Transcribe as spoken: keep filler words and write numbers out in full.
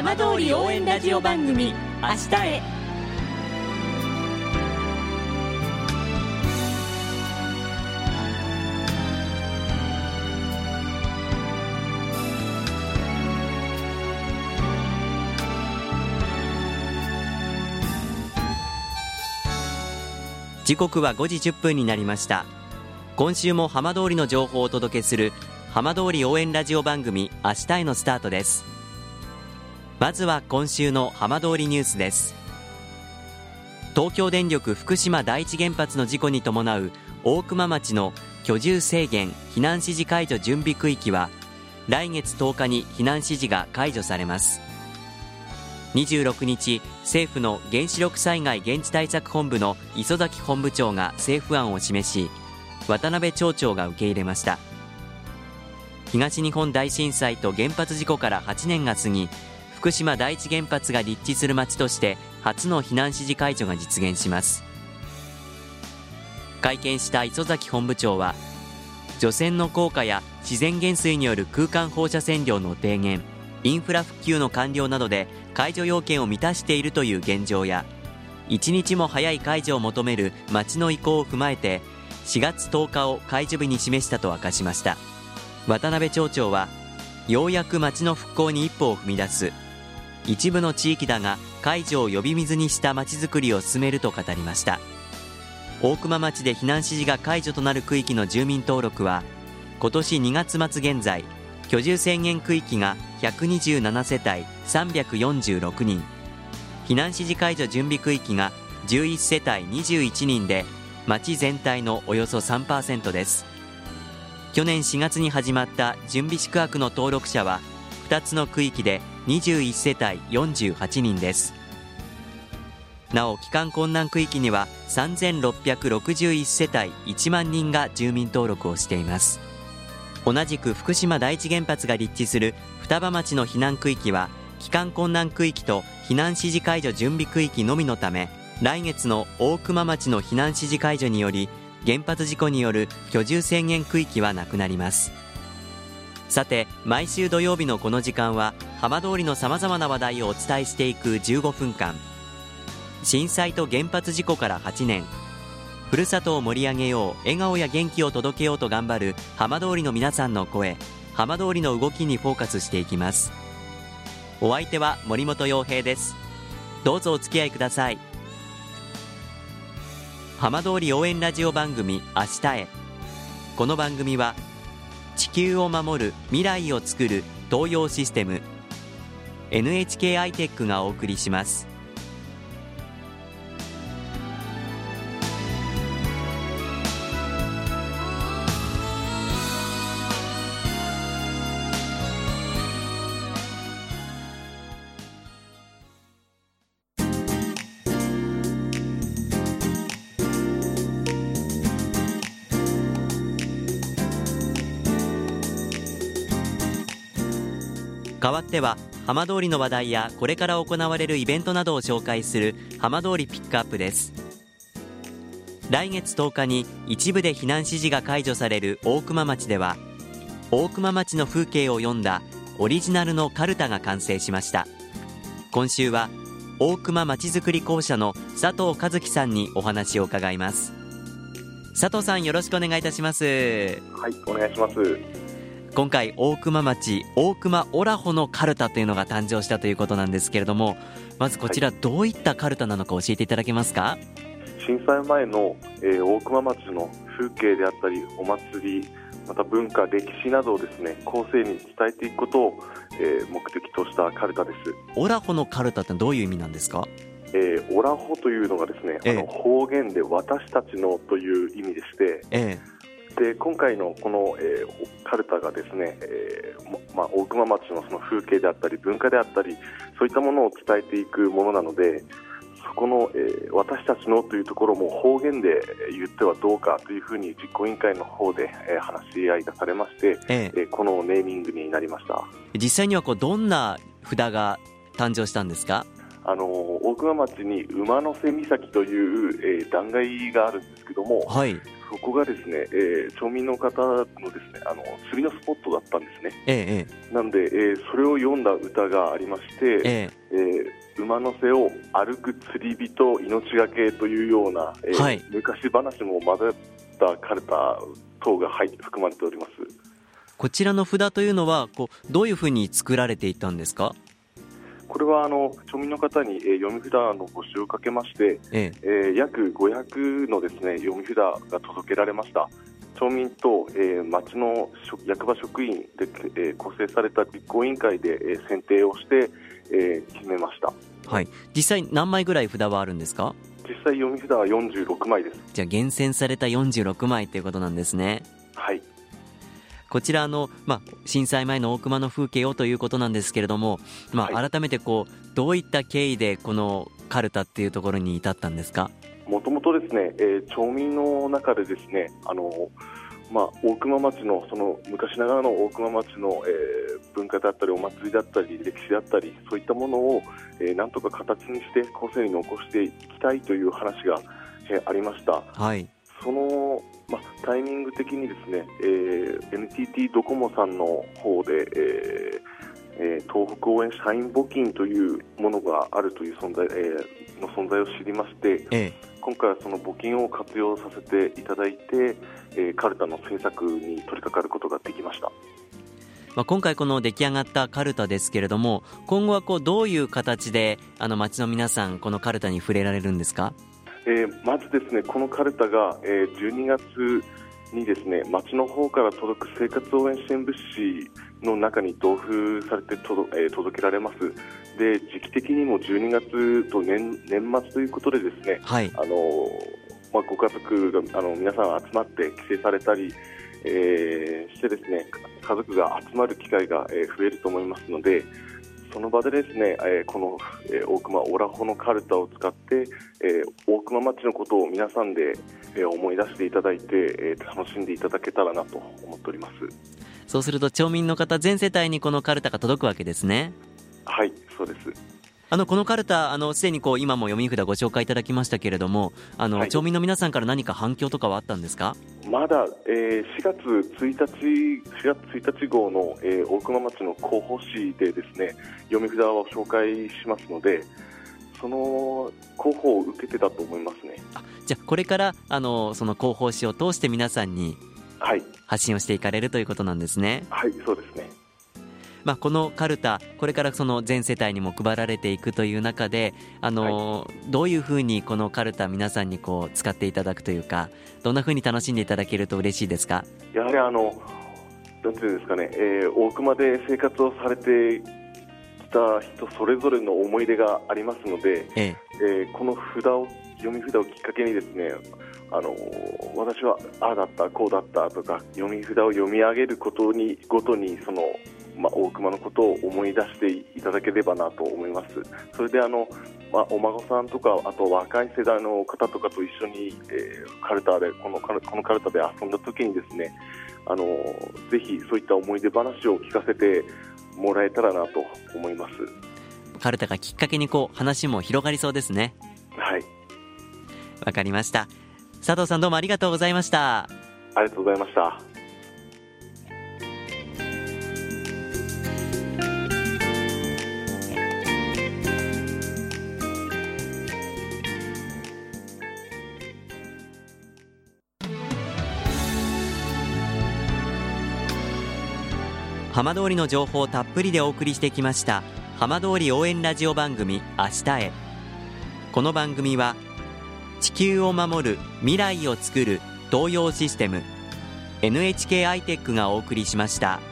浜通り応援ラジオ番組明日へ。 時刻はごじじゅっぷんになりました。今週も浜通りの情報をお届けする浜通り応援ラジオ番組明日へのスタートです。まずは今週の浜通りニュースです。東京電力福島第一原発の事故に伴う大熊町の居住制限避難指示解除準備区域は来月とおかに避難指示が解除されます。にじゅうろくにち、政府の原子力災害現地対策本部の磯崎本部長が政府案を示し、渡辺町長が受け入れました。東日本大震災と原発事故からはちねんが過ぎ、福島第一原発が立地する町として初の避難指示解除が実現します。会見した磯崎本部長は、除染の効果や自然減衰による空間放射線量の低減、インフラ復旧の完了などで解除要件を満たしているという現状や、一日も早い解除を求める町の意向を踏まえてしがつとおかを解除日に示したと明かしました。渡辺町長は、ようやく町の復興に一歩を踏み出す、一部の地域だが解除を呼び水にした町づくりを進めると語りました。大熊町で避難指示が解除となる区域の住民登録は今年にがつまつ現在、居住制限区域がひゃくにじゅうななせたいさんびゃくよんじゅうろくにん、避難指示解除準備区域がじゅういちせたいにじゅういちにんで、町全体のおよそ さんパーセント です。去年しがつに始まった準備宿泊の登録者はふたつの区域でにじゅういちせたいよんじゅうはちにんです。なお、帰還困難区域にはさんぜんろっぴゃくろくじゅういちせたいいちまんにんが住民登録をしています。同じく福島第一原発が立地する双葉町の避難区域は帰還困難区域と避難指示解除準備区域のみのため、来月の大熊町の避難指示解除により原発事故による居住制限区域はなくなります。さて、毎週土曜日のこの時間は浜通りのさまざまな話題をお伝えしていくじゅうごふんかん。震災と原発事故からはちねん、ふるさとを盛り上げよう、笑顔や元気を届けようと頑張る浜通りの皆さんの声、浜通りの動きにフォーカスしていきます。お相手は森本洋平です。どうぞお付き合いください。浜通り応援ラジオ番組明日へ。この番組は地球を守る、未来をつくる東洋システム エヌエイチケーアイテック がお送りします。代わっては浜通りの話題やこれから行われるイベントなどを紹介する浜通りピックアップです。来月とおかに一部で避難指示が解除される大熊町では、大熊町の風景を詠んだオリジナルのカルタが完成しました。今週は大熊まちづくり公社の佐藤和樹さんにお話を伺います。佐藤さん、よろしくお願いいたします。 はい、お願いします。 今回大熊町大熊オラホのカルタというのが誕生したということなんですけれども、まずこちら、はい、どういったカルタなのか教えていただけますか？ 震災前の、えー、大熊町の風景であったりお祭り、また文化歴史などをですね、後世に伝えていくことを、えー、目的としたカルタです。 オラホのカルタってどういう意味なんですか？ えー、オラホというのがですね、えー、あの方言で私たちのという意味でして、えーで今回のこの、えー、カルタがですね、えーまあ、大熊町のその風景であったり文化であったり、そういったものを伝えていくものなので、そこの、えー、私たちのというところも方言で言ってはどうかというふうに実行委員会の方で、えー、話し合いがされまして、ええー、このネーミングになりました。 実際にはこうどんな札が誕生したんですか？ あの大熊町に馬の背岬という、えー、断崖があるんですけども、はい、 そこがですね、えー、町民の方のですねあの釣りのスポットだったんですね。 ええ、 なんで、えー、それを読んだ歌がありまして、えええー、馬の背を歩く釣り人命がけというような、えーはい、昔話も混ざったカルタ等が入って含まれております。 こちらの札というのはこうどういうふうに作られていたんですか？ これはあの町民の方に、えー、読み札の募集をかけまして、えええー、約ごひゃくのですね読み札が届けられました。町民と、えー、町の役場職員で、えー、構成された実行委員会で、えー、選定をして、えー、決めました。 はい、実際何枚ぐらい札はあるんですか？ 実際読み札はよんじゅうろくまいです。 じゃあ厳選されたよんじゅうろくまいということなんですね。 はい。 こちらの、まあ、震災前の大熊の風景をということなんですけれども、まあ、改めてこうどういった経緯でこのカルタっていうところに至ったんですか？ もともとですね、えー、町民の中でですねあの、まあ、大熊町のその昔ながらの大熊町の、えー、文化だったりお祭りだったり歴史だったりそういったものを、えー、なんとか形にして後世に残していきたいという話が、えー、ありました。 はい。 そのまあ、タイミング的にですね、えー、エヌティーティー ドコモさんの方で、えーえー、東北応援社員募金というものがあるという存在、えー、の存在を知りまして、ええ、今回はその募金を活用させていただいて、えー、カルタの制作に取り掛かることができました。 まあ、今回この出来上がったカルタですけれども、今後はこうどういう形であの町の皆さんこのカルタに触れられるんですか？ えー、まずですねこのカルタが、えー、じゅうにがつにですね町の方から届く生活応援支援物資の中に同封されてとど、えー、届けられます。で時期的にもじゅうにがつと 年, 年末ということでですね、はい、あのまあ、ご家族があの皆さん集まって帰省されたり、えー、してですね家族が集まる機会が、えー、増えると思いますので、その場でですね、えー、この、えー、大熊オラホのカルタを使って、えー、大熊町のことを皆さんで、えー、思い出していただいて、えー、楽しんでいただけたらなと思っております。 そうすると町民の方全世帯にこのカルタが届くわけですね。 はい、そうです。 あのこのカルタ、あのすでにこう今も読み札ご紹介いただきましたけれども、あの、はい、町民の皆さんから何か反響とかはあったんですか？ まだ、えー、しがつついたちしがつついたち号の、えー、大熊町の広報誌でですね読み札を紹介しますので、その広報を受けてたと思いますね。 あ、じゃあこれからあのその広報誌を通して皆さんに発信をしていかれるということなんですね。 はい、そうですね。 まあ、このカルタこれからその全世帯にも配られていくという中で、あの、はい、どういうふうにこのカルタ皆さんにこう使っていただくというか、どんなふうに楽しんでいただけると嬉しいですか？ やはりあのなんていうんですかね、えー、大熊で生活をされてきた人それぞれの思い出がありますので、えええー、この札を読み札をきっかけにですね、あの私はああだったこうだったとか読み札を読み上げることにごとにそのまあ、大熊のことを思い出していただければなと思います。それであの、まあ、お孫さんとかあと若い世代の方とかと一緒に、えー、カルタでこの、このカルタで遊んだ時にですね、あのぜひそういった思い出話を聞かせてもらえたらなと思います。 カルタがきっかけにこう話も広がりそうですね。 はい、 わかりました。佐藤さんどうもありがとうございました。 ありがとうございました。 浜通りの情報をたっぷりでお送りしてきました浜通り応援ラジオ番組明日へ。この番組は地球を守る未来をつくる東洋システム エヌエイチケー アイテックがお送りしました。